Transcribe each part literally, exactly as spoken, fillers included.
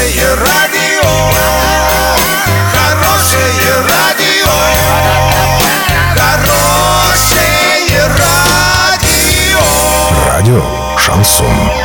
Хорошее радио, хорошее радио, хорошее радио. Радио Шансон.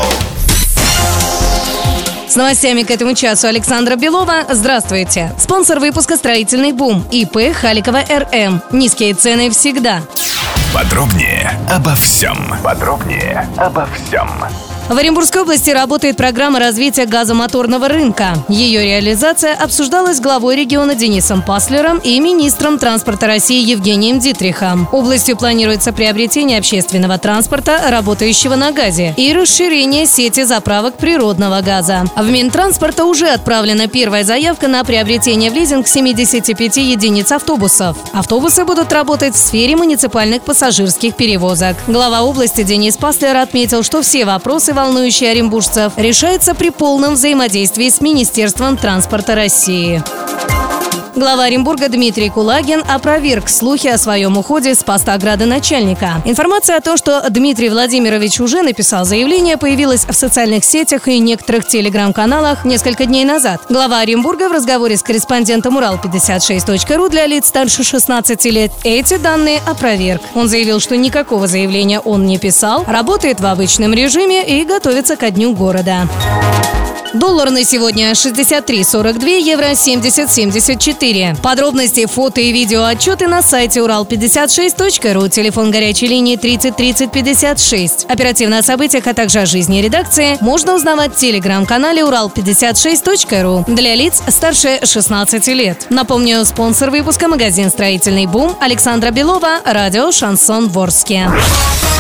С новостями к этому часу Александра Белова. Здравствуйте. Спонсор выпуска «Строительный бум» ИП Халикова РМ. Низкие цены всегда. Подробнее обо всем. Подробнее обо всем. В Оренбургской области работает программа развития газомоторного рынка. Ее реализация обсуждалась главой региона Денисом Паслером и министром транспорта России Евгением Дитрихом. Областью планируется приобретение общественного транспорта, работающего на газе, и расширение сети заправок природного газа. В Минтранспорта уже отправлена первая заявка на приобретение в лизинг семидесяти пяти единиц автобусов. Автобусы будут работать в сфере муниципальных пассажирских перевозок. Глава области Денис Паслер отметил, что все вопросы, волнующие оренбуржцев, решаются при полном взаимодействии с Министерством транспорта России. Глава Оренбурга Дмитрий Кулагин опроверг слухи о своем уходе с поста градоначальника. Информация о том, что Дмитрий Владимирович уже написал заявление, появилась в социальных сетях и некоторых телеграм-каналах несколько дней назад. Глава Оренбурга в разговоре с корреспондентом Урал пятьдесят шесть точка ру для лиц старше шестнадцати лет эти данные опроверг. Он заявил, что никакого заявления он не писал, работает в обычном режиме и готовится ко дню города. Доллар на сегодня шестьдесят три сорок два, евро семьдесят семьдесят четыре. Подробности, фото и видео отчеты на сайте урал пятьдесят шесть точка ру, телефон горячей линии тридцать тридцать пятьдесят шесть. Оперативно о событиях, а также о жизни редакции можно узнавать в телеграм-канале урал пятьдесят шесть точка ру для лиц старше шестнадцати лет. Напомню, спонсор выпуска — магазин «Строительный бум». Александра Белова, радио «Шансон» в Орске.